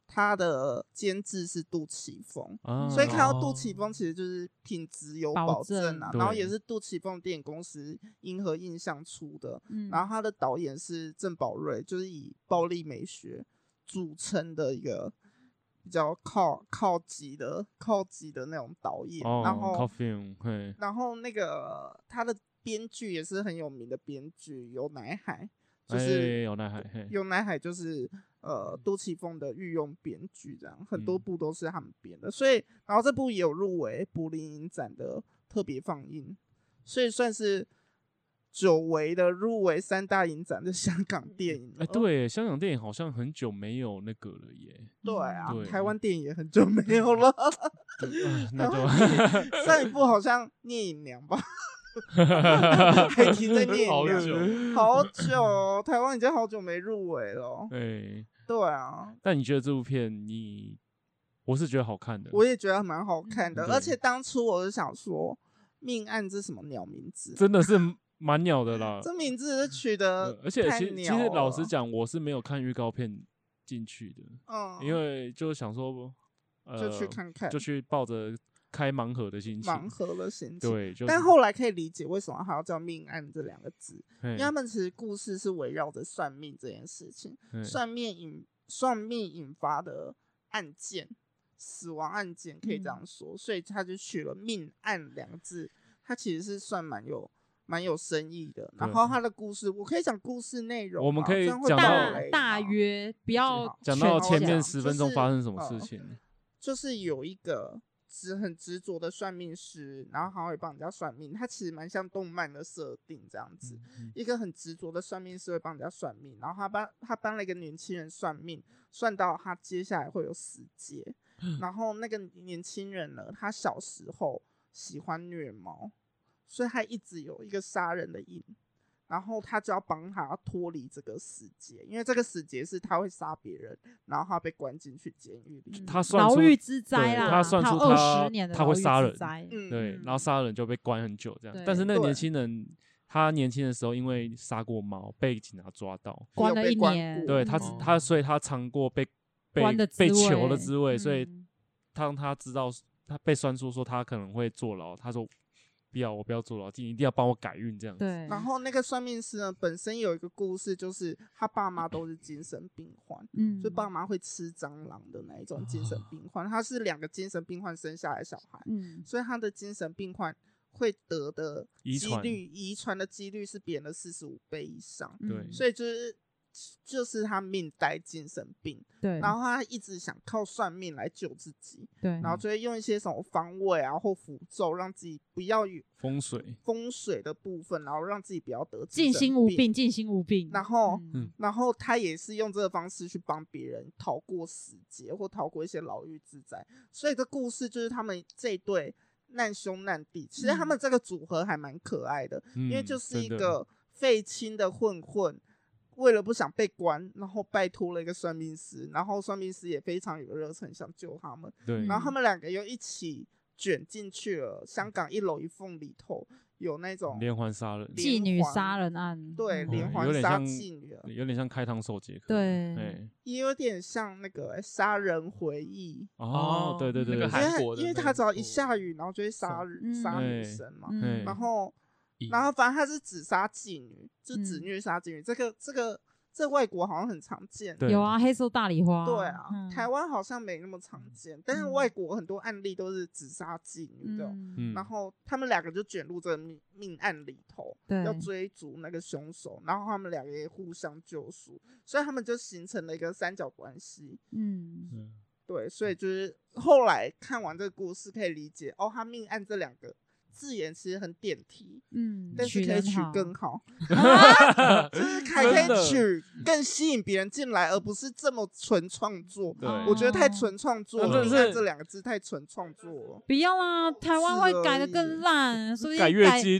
他的监制是杜琪峰， 啊所以看到杜琪峰其实就是品质有保证啊， 保证然后对也是杜琪峰电影公司银河印象出的， 嗯然后他的导演是郑宝瑞，就是以暴力美学著称的一个比较靠级的那种导演，然后 Coffee， 嘿， 然后那个他的编剧也是很有名的编剧，有乃海，就是有那海，嘿， 有乃海就是杜琪峰的御用编剧，这样很多部都是他们编的，所以然后这部也有入围柏林影展的特别放映，所以算是久违的入围3大影展的香港电影了。 对，香港电影好像很久没有那个了耶。 对啊， 对台湾电影也很久没有了。 那就上一部好像聂隐娘吧，还停在聂好隐娘， 久， 好久哦，台湾已经好久没入围了哦。 哎， 对啊， 但你觉得这部片我是觉得好看的。 我也觉得蛮好看的， 对而且当初我就想说，命案这什么鸟名字？ 真的是蛮鸟的啦。 这名字是取得而且太其实鸟了老实讲，我是没有看预告片进去的， 嗯， 因为就想说， 就去看看， 就去抱着开盲盒的心情。 盲盒的心情。 对，就是但后来可以理解为什么还要叫命案这2个字， 嘿因为他们其实故事是围绕着算命这件事情， 嘿算命引发的案件，死亡案件可以这样说，所以他就取了命案2个字，它其实是算蛮有深意的。然后他的故事，我可以讲故事内容吗， 我们可以这样会讲到爆雷吗大约不要讲到前面全 10分钟发生什么就是事情。 就是有一个很执着的算命师，然后他会帮人家算命，他其实蛮像动漫的设定这样子。一个很执着的算命师会帮人家算命，然后他帮了一个年轻人算命，算到他接下来会有死劫。然后那个年轻人呢，他小时候喜欢虐猫，所以他一直有一个杀人的瘾。然后他就要帮他脱离这个死结，因为这个死结是他会杀别人，然后他被关进去监狱里。 他算出牢狱之灾啦， 对他算出有他 20年的他牢狱会杀人之灾对， 嗯然后杀人就被关很久这样对。 对但是那个年轻人，他年轻的时候因为杀过猫，被警察抓到。 关了有被关 1年， 对哦所以他尝过被关的滋囚的味滋味，所以嗯当他知道他被酸出说他可能会坐牢，他说我不要坐牢，你一定要帮我改运这样子。 对， 然后那个算命师呢，本身有一个故事，就是他爸妈都是精神病患， 嗯就爸妈会吃蟑螂的那一种精神病患。他是2个精神病患生下来的小孩， 嗯所以他的精神病患会得的遗传遗传的几率是别人的45倍以上， 对嗯所以就是他命带精神病， 对， 然后他一直想靠算命来救自己， 对， 然后就会用一些什么方位啊或符咒，让自己不要有风水， 风水的部分，然后让自己不要得尽精神病。 心无病，尽心无病。 然后嗯然后他也是用这个方式去帮别人逃过死劫或逃过一些牢狱之灾，所以这故事就是他们这一对难兄难弟，其实他们这个组合还蛮可爱的，因为就是一真的个废青的混混，为了不想被关，然后拜托了一个算命师，然后算命师也非常有热忱想救他们， 对， 然后他们2个又一起卷进去了香港一楼一凤里头，有那种连环杀人， 妓女杀人案， 对嗯连环杀有点像妓女， 有点像开膛手杰克。 对哎， 也有点像那个杀人回忆， 哦，对对对对， 那个韩国的因为那他只要一部下雨，然后就会杀女生嘛， 嗯然后以反正他是只杀妓女，就只虐杀妓女，这外国好像很常见， 对有啊，黑色大礼花， 对啊， 嗯台湾好像没那么常见，但是外国很多案例都是只杀妓女的。 嗯然后他们2个就卷入这个命案里头， 对要追逐那个凶手，然后他们2个也互相救赎，所以他们就形成了一个三角关系。 嗯对，所以就是后来看完这个故事，可以理解哦，他命案这2个字眼其实很点题， 嗯， 但是可以取更好， 好，就是还可真的以取更吸引别人进来，而不是这么纯创作。 对我觉得太纯创作了， 真的是命案这2个字太纯创作了。 不要啦，台湾会改的是而已更烂，说不定改月经，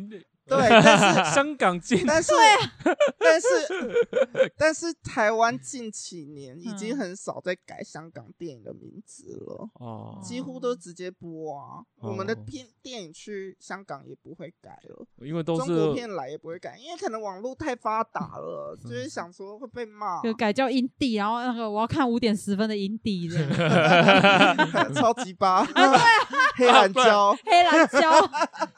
对，但是香港禁， 但是台湾近几年已经很少在改香港电影的名字了，几乎都直接播啊。我们的电影去香港也不会改了， 因为都是中国片来也不会改，因为可能网络太发达了，就是想说会被骂， 就改叫阴地，然后那个我要看5点10分的阴地这样， 超级巴，黑蓝胶， 黑蓝胶。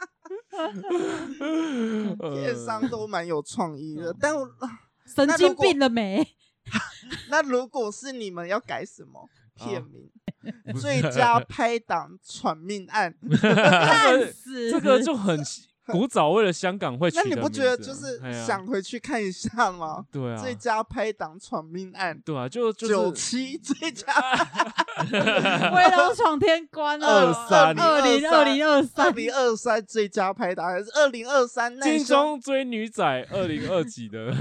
片商都蛮有创意的，但我神经病了没？ 那如果是你们要改什么片名？最佳拍档闯命案， 烂死！ 这个就很古早，为了香港会取的名字。 那你不觉得就是想回去看一下吗？ 对啊， 最佳拍档闯命案， 对啊，就是 97最佳， 威龙闯天关啊 ，2023最佳拍档，还是2023 金钟追女仔2020几的，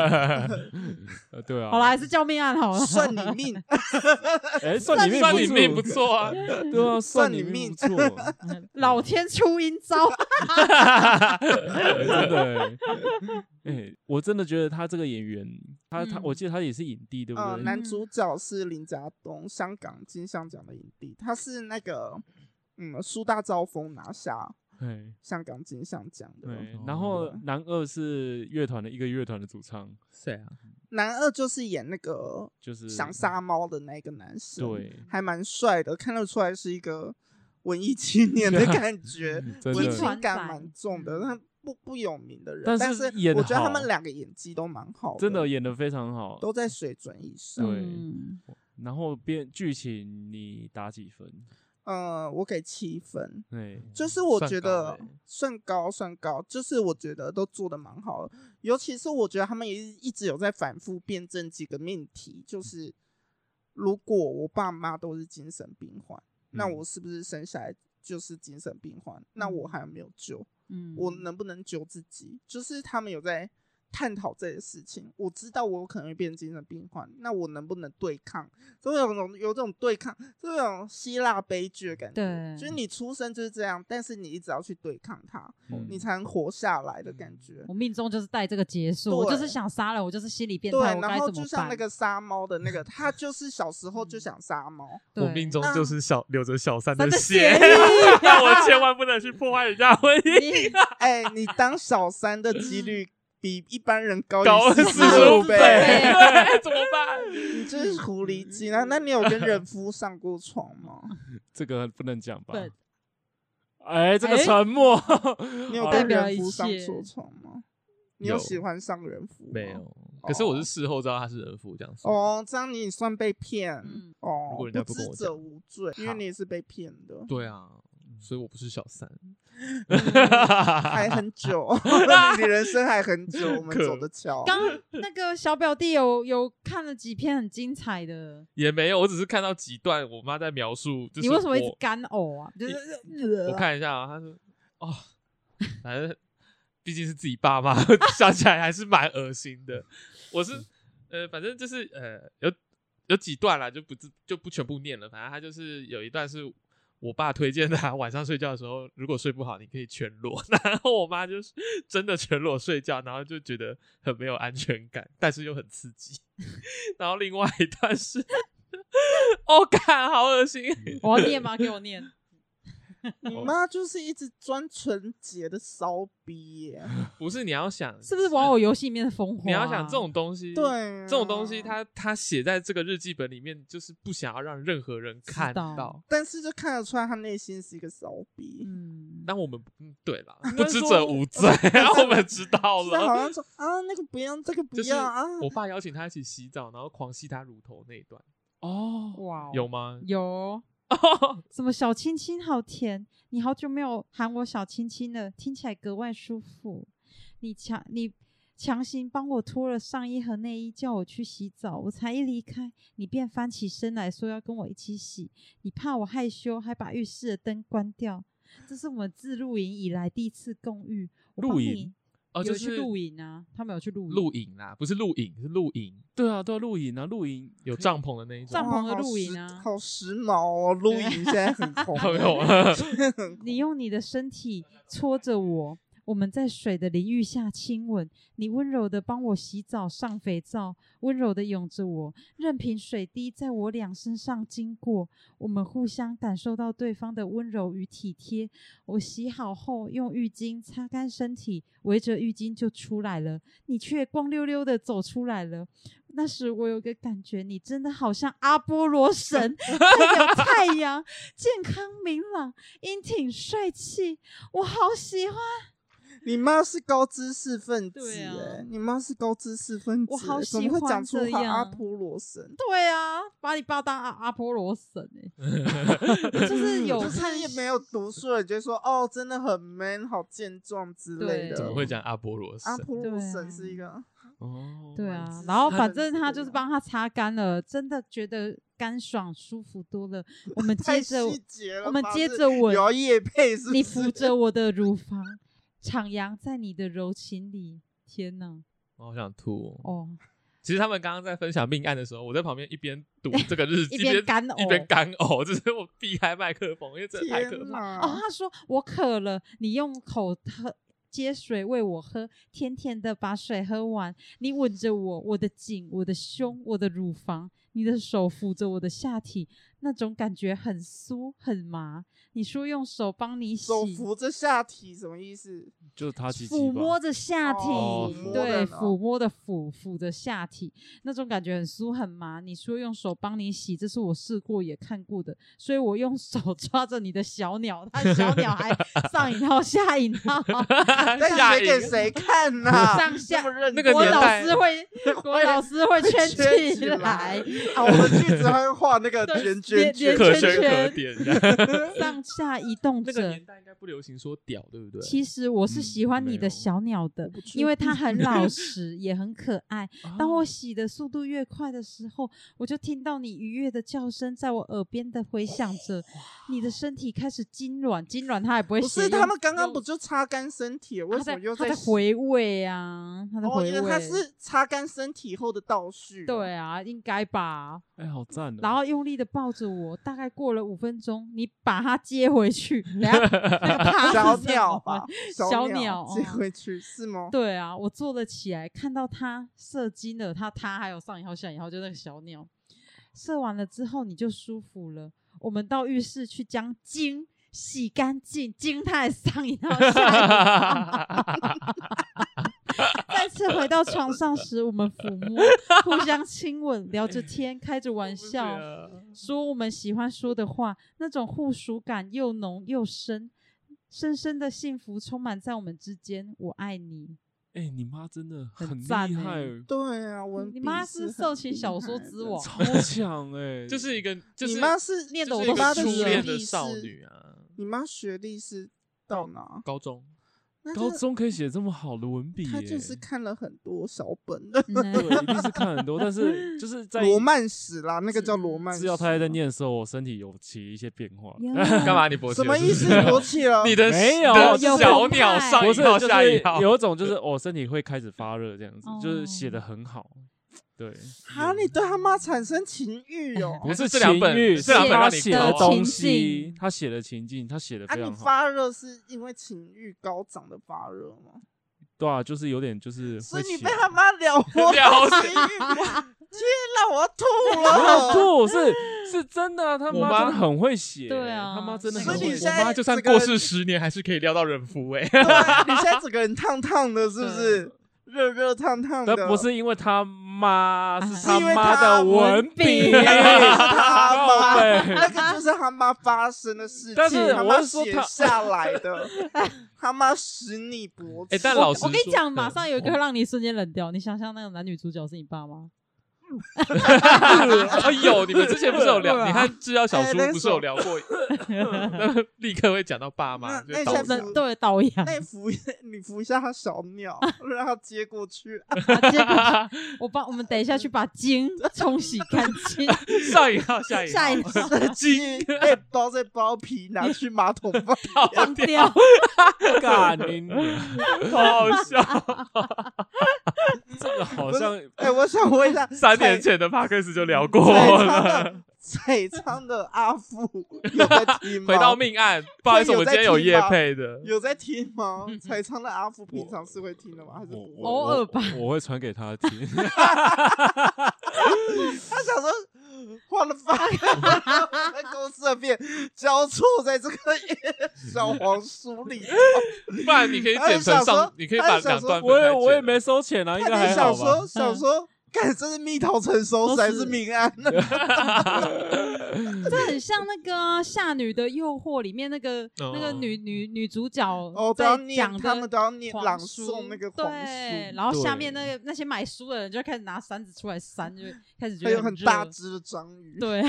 对啊， 好了，还是叫命案好了， 算你命， 算你命不错啊， 对啊，算你命不错， 老天出阴招。 真的我真的觉得他这个演员，我记得他也是影帝，对不对？ 男主角是林家栋，香港金像奖的影帝，他是那个苏大招风拿下香港金像奖的。 然后男二是一个乐团的主唱， 谁啊？ 男二就是演那个就是想杀猫的那个男生， 对， 还蛮帅的，看得出来是一个文艺青年的感觉，文情感蛮重的，但不有名的人，但是我觉得他们2个演技都蛮好的， 真的演得非常好， 都在水准以上。 对，然后剧情你打几分？ 我给7分， 对， 就是我觉得算高，就是我觉得都做得蛮好的，尤其是我觉得他们也一直有在反复辩证几个命题，就是如果我爸妈都是精神病患，那我是不是生下来就是精神病患？那我还有没有救？我能不能救自己？就是他们有在探讨这些事情。我知道我有可能会变成精神病患，那我能不能对抗？就有这种对抗，这种希腊悲剧的感觉。 对， 就是你出生就是这样，但是你一直要去对抗它，你才能活下来的感觉。 我命中就是带这个结束，我就是想杀人，我就是心理变态， 对，然后就像那个杀猫的那个，他就是小时候就想杀猫。 我命中就是留着小三的血， 那我千万不能去破坏人家婚姻。 你当小三的几率比一般人高 45倍，对，怎么办？ 你这是狐狸精啊！那你有跟人夫上过床吗？ 这个不能讲吧？这个沉默， 你有跟人夫上过床吗？你有喜欢上人夫吗？ 没有，可是我是事后知道他是人夫，这样说。 这样你算被骗如果人家不跟我讲， 不知者无罪，因为你也是被骗的。 对啊，所以我不是小三。 还很久，你人生还很久，我们走得巧。 刚那个小表弟有看了几篇很精彩的， 也没有，我只是看到几段我妈在描述。就是、 你为什么一直干呕啊？就是我看一下啊，他说反正毕竟是自己爸妈，想起来还是蛮恶心的。我是反正就是有几段啦，就不全部念了。反正他就是有一段是。我爸推荐他晚上睡觉的时候，如果睡不好，你可以全裸。然后我妈就是真的全裸睡觉，然后就觉得很没有安全感，但是又很刺激。然后另外一段是，干好恶心！ 我要念吗？给我念。 你妈就是一直装纯洁的骚逼耶。 不是，你要想是不是玩偶游戏里面的风华？ 你要想这种东西， 对、 这种东西他写在这个日记本里面，就是不想要让任何人看到， 但是就看得出来他内心是一个骚逼。 但我们对啦，不知者无罪，我们知道了。 好像说那个不要，这个不要啊。 我爸邀请他一起洗澡，然后狂吸他乳头那一段。 哇， 有吗？ 有。什么小亲亲好甜，你好久没有喊我小亲亲了，听起来格外舒服。你强行帮我脱了上衣和内衣，叫我去洗澡，我才一离开，你便翻起身来说要跟我一起洗。你怕我害羞，还把浴室的灯关掉。这是我们自露营以来第一次共浴。 露营有去露营啊？他们有去露营啦，不是露营，是露营。 对啊，露营啊，露营有帐篷的那一种， 帐篷的露营啊， 好时髦哦！露营现在很红。 你用你的身体搓着我我们在水的淋浴下亲吻，你温柔的帮我洗澡上肥皂，温柔的拥着我，任凭水滴在我俩身上经过，我们互相感受到对方的温柔与体贴。我洗好后用浴巾擦干身体，围着浴巾就出来了，你却光溜溜的走出来了。那时我有个感觉，你真的好像阿波罗神，代表太阳，健康明朗，英挺帅气，我好喜欢。 你妈是高知识分子对啊你妈是高知识分子， 我好喜欢怎么会讲出这样阿波罗神？ 对啊，把你爸当阿波罗神就是有就是看也没有读书的，就会说哦，真的很 man， 好健壮之类对的。 怎么会讲阿波罗神阿？波罗对啊神是一个哦， 对啊知，识然后反正分子他就是帮他擦干了，真的觉得干爽舒服多了。我们太接着细节了吧， 我们接是着吻有要业配是不是？ 你扶着我的乳房，徜徉在你的柔情里。天哪！ 我好想吐哦。 哦， 其实他们刚刚在分享命案的时候，我在旁边一边读这个日记， 一边干呕一边干呕，只是我避开麦克风，因为真的太可天怕。 哦， 哪！ 他说我渴了，你用口接水喂我喝，甜甜的把水喝完。你吻着我，我的颈，我的胸，我的乳房，你的手抚着我的下体，那种感觉很酥很麻。你说用手帮你洗， 手扶着下体什么意思？ 就是他鸡鸡抚吧。 摸着下体， 哦抚摸对， 的抚摸的抚着下体，那种感觉很酥很麻。你说用手帮你洗，这是我试过也看过的，所以我用手抓着你的小鸟，他小鸟还上引号下引号， 但写给谁看呐？ 上下这么认那个国老年代师会，国老师会圈起来， 啊！我的句子还会画那个对圆圈圈， 可圈圈可点这样。 上下移动那个着年。代应该不流行说屌，对不对？ 其实我是喜欢你的没有小鸟的我不，确因为它很老实，也很可爱。当哦我洗的速度越快的时候，我就听到你愉悦的叫声在我耳边的回响着。你的身体开始痉挛，痉挛它也不会不写用。 是他们刚刚用不就擦干身体了？为他在什么又他在回味啊？他在哦， 回味。 原来他是擦干身体后的倒叙。 对啊，应该吧。 哎，好赞哦！ 然后用力的抱着我，大概过了5分钟，你把它接回去。等下那个它小是什么鸟吧， 小鸟接哦回去是吗？ 对啊，我坐了起来，看到它射精了，它还有上引号下引号，就那个小鸟射完了之后，你就舒服了。我们到浴室去将精洗干净，精它也上引号下引号。再次回到床上时，我们抚摸、互相亲吻，聊着天，开着玩笑，说我们喜欢说的话，那种互属感又浓又深，深深的幸福充满在我们之间。我爱你。 哎，你妈真的很厉赞欸害哦， 对啊， 你妈是色情小说之王， 超强哎！ 就是一个，就是你妈是念的就是一个我都湿了初恋的学历是少女啊， 你妈学历是到哪？ 高中。 高那就中可以写这么好的文笔耶， 她就是看了很多小本的嗯对，一定是看很多，但是就是在罗曼史啦，那个叫罗曼史。 资料太在念的时候，我身体有起一些变化。 干嘛？你勃起了什么意思？ 是不是勃起了？ 你的没有的有小澎湃鸟上不是， 一号就是下一号， 有一种就是我身体会开始发热这样子，就是写哦的很好。对， 啊，你对他妈产生情欲哦？ 不是这两本情欲， 这两本他让你考写的东情西境， 他写的情境，他写的啊，你非常好。 发热是因为情欲高涨的发热吗？ 对啊，就是有点就是所以会起你被他妈撩拨了情欲，天哪，我要吐没有了！ 吐，是真的啊，他我妈妈真的很会写， 对啊他妈真的所以很会写。 你现在我妈就算这个过世10年，还是可以撩到人夫哎。 对你现在整个人烫烫的，是不是？热热烫烫的， 但不是因为他妈，是是他妈的文笔， 笔是他妈， 靠那北个就是他妈发生的事情， 但是他妈我是说他写下来的，他妈使你勃起。 但老实说我跟你讲，马对上有一个会让你瞬间冷掉。你想象那个男女主角是你爸吗？ 哎呦，你们之前不是有聊？ 对啊你看制药小哎那叔不是有聊过？立刻会讲到爸妈，就导致那现在人对导演， 那你扶一下他小鸟，让他接过去。 结果我们等一下去把精冲洗干净， 上一号下一下一号， 号鸡被包在包皮，拿去马桶放。 放掉。 干你娘！ 好好笑。 这个好像哎，我想问一下， 3年前的 podcast 就聊过彩超了。 的彩昌的阿富有在听吗？ 回到命案，不好意思，我们今天有业配的， 有在听吗？彩昌的阿富平常是会听的吗？还是不会？ 偶尔吧。 我会传给他听。 他想说换了发，在公司的片交错在这个小黄书里头， 不然你可以剪成上，你可以把2段我也没收钱啊，应该还好吧？ 想说。干，这是蜜桃成熟还是命案？ 这很像那个《夏女的诱惑》里面那个女主角在讲的， 他们都要念朗诵那个黄书， 对，然后下面那些买书的人就开始拿扇子出来扇，就开始觉得还有很大只的章鱼， 对，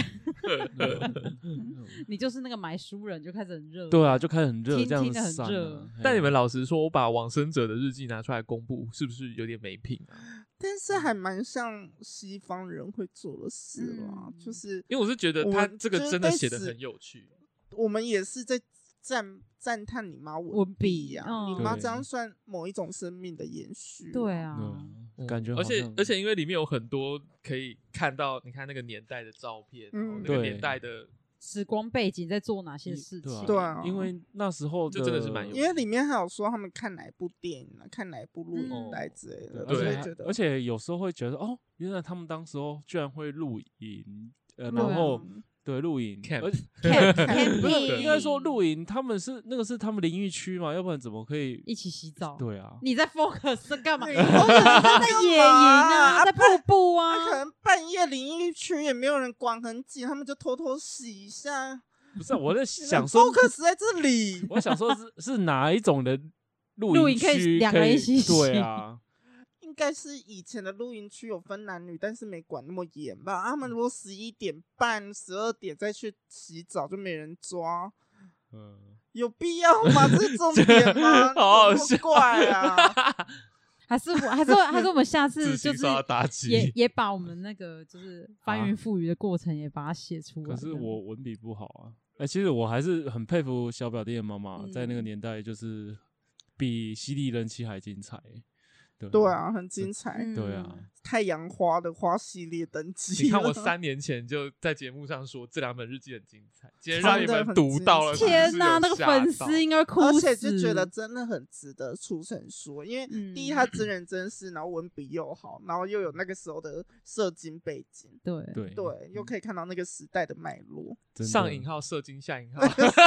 你就是那个买书人就开始很热， 对啊，就开始很热，这样听得很热。 但你们老实说，我把往生者的日记拿出来公布，是不是有点没品啊？ 但是还蛮像西方人会做的事啦，就是因为我是觉得他这个真的写得很有趣。 我们也是在赞叹你妈文笔呀，你妈这样算某一种生命的延续。 对啊， 感觉而且因为里面有很多可以看到，你看那个年代的照片，那个年代的时光背景在做哪些事情？ 对啊， 因为那时候就真的是蛮有趣的， 因为里面还有说他们看哪一部电影啊，看哪一部录影带之类的， 而且有时候会觉得哦，原来他们当时候居然会露营，然后对露营，应该说露营，他们是那个是他们淋浴区嘛，要不然怎么可以一起洗澡？ 对啊， 你在 focus 干嘛？ 你在野营啊，在瀑布啊， 可能半夜淋浴区也没有人管很紧，他们就偷偷洗一下。 不是，我在想说 focus 在这里， 我想说是哪一种的露营可以2个人一起洗？ 对啊。 应该是以前的露营区有分男女，但是没管那么严吧。他们如果11点半、12点再去洗澡，就没人抓。有必要吗？这是重点吗？ 好好笑， 怪啊！ 还是我们下次就是也把我们那个就是翻云覆雨的过程也把它写出来。 可是我文笔不好啊。其实我还是很佩服小表弟的妈妈，在那个年代就是比犀利人妻还精彩。 对啊，很精彩。 对啊， 太阳花的花系列登基。 你看我3年前就在节目上说这2本日记很精彩，今天让你们读到了， 天哪，那个粉丝应该哭死， 而且就觉得真的很值得出成书，因为第一他真人真事，然后文笔又好，然后又有那个时候的社经背景， 对， 又可以看到那个时代的脉络。 上引号社经，下引号，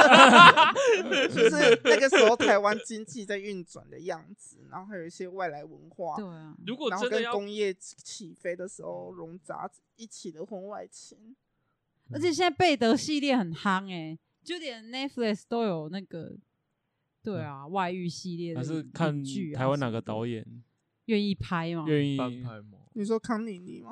就是那个时候台湾经济在运转的样子，然后还有一些外来文化， 对啊， 如果然后跟工业起飞的时候融杂一起的婚外情。 而且现在贝德系列很夯就连 Netflix 都有那个，对啊，外遇系列的， 还是看台湾哪个导演愿意拍吗？ 愿意翻拍吗？ 你说康妮妮吗？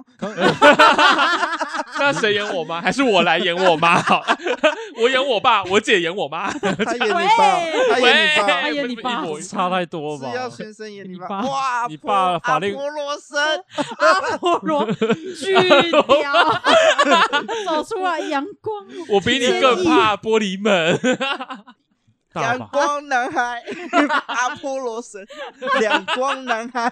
那谁演我妈？还是我来演我妈好？我演我爸，我姐演我妈。 他演你爸， 他演你爸， 差太多吧？ 是要先生演你爸？ 哇，你爸法令阿波罗森， 阿波罗巨雕走出来阳光， 我比你更怕玻璃门。 阳光男孩，阿波罗神，两光男孩，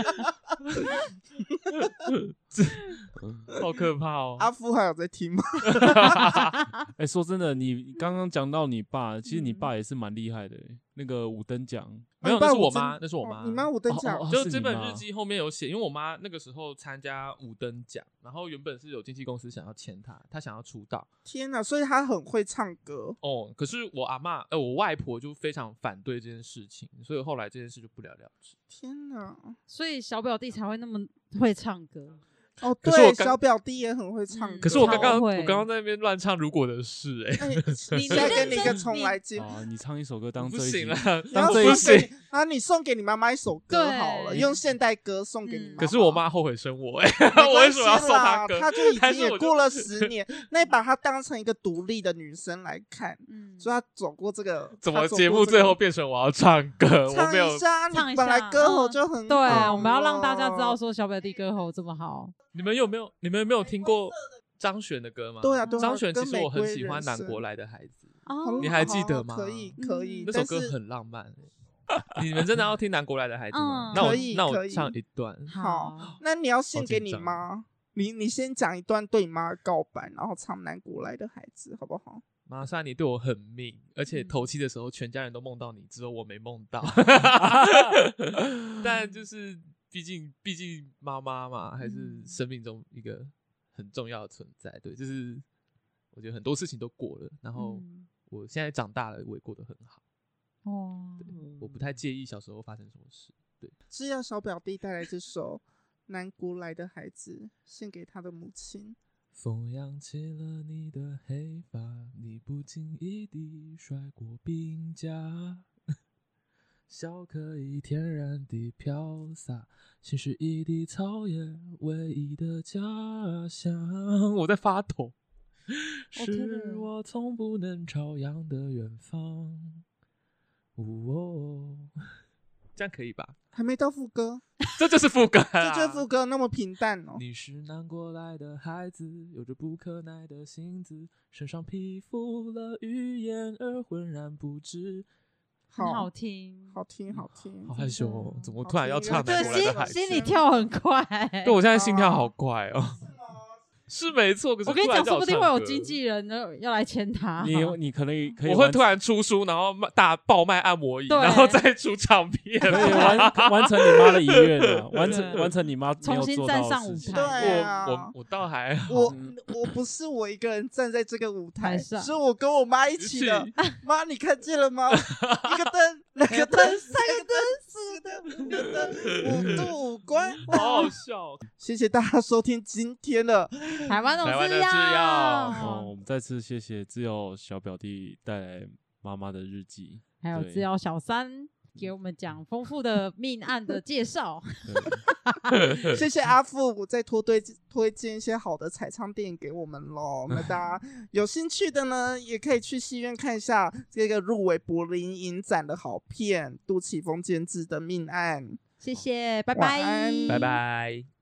好可怕哦！ 阿夫还有在听吗？ 说真的，你刚刚讲到你爸，其实你爸也是蛮厉害的，那个5等奖。 没有，那是我妈，那是我妈。 你妈5等奖， 就这本日记后面有写，因为我妈那个时候参加5等奖，然后原本是有经纪公司想要签她想要出道。 天哪，所以她很会唱歌哦。可是我阿嬷，我外婆就非常反对这件事情，所以后来这件事就不了了之。 天哪， 所以小表弟才会那么会唱歌。 哦，对，小表弟也很会唱歌。 可是我刚刚在那边乱唱《如果的事》 你再给你一个重来机你唱一首歌当不行了， 当这一行啊！你送给你妈妈一首歌好了，用现代歌送给你妈妈。 可是我妈后悔生我我为什么要送她歌？ 她就已经也过了10年，那你把她当成一个独立的女生来看，所以她走过这个。 怎么节目最后变成我要唱歌？ 唱一下，你本来歌喉就很好。 对，我们要让大家知道说小表弟歌喉这么好。 你们有没有听过张悬的歌吗？ 对啊， 张悬其实我很喜欢《南国来的孩子》，你还记得吗？ 可以， 那首歌很浪漫。你们真的要听《南国来的孩子》吗？那我唱一段。 好，那你要献给你妈。 你先讲一段对你妈告白，然后唱南国来的孩子好不好？ 玛莎，你对我很命，而且头七的时候，全家人都梦到你，只有我没梦到。但就是毕竟妈妈嘛，还是生命中一个很重要的存在。对，就是我觉得很多事情都过了，然后我现在长大了，我也过得很好。 哦， 对，我不太介意小时候发生什么事。对， 是要小表弟带来这首南国来的孩子，献给他的母亲。 风扬起了你的黑发，你不经意地甩过鬓颊，笑可以天然地飘洒，心是一地草原，唯一的家乡。我在发抖，是我从不能朝阳的远方。这样可以吧？ 还没到副歌， 这就是副歌这就是副歌，那么平淡哦。 你是南国来的孩子，有着不可耐的性子，身上披覆了语言而浑然不知。 很好听， 好听，好听。 好害羞哦，怎么突然要唱对， 南国来的孩子？ 心里跳很快。 对，我现在心跳好快哦。是没错，可是我跟你讲，说不定会有经纪， 纪人要来签他。 你可以我会突然出书，然后爆卖按摩椅， 对然后再出唱片， 可以完成你妈的遗愿啊，完成你妈没有重新做站上舞到的事情。 台。 对啊， 我倒还好， 我不是我一个人站在这个舞台， 台上是我跟我妈一起的。妈，你看见了吗？一个灯，两个灯，三个灯，四个灯，五个灯，5度5关， 好好笑。 谢谢大家收听今天的台湾的制哦，我们再次谢谢自由小表弟带来妈妈的日记， 还有制药小三给我们讲丰富的命案的介绍。 谢谢阿富，我再推荐一些好的彩唱电影给我们咯。那大家有兴趣的呢，也可以去戏院看一下这个入围柏林影展的好片杜琪峰监制的《命案》。 谢谢，拜晚安拜， 拜拜。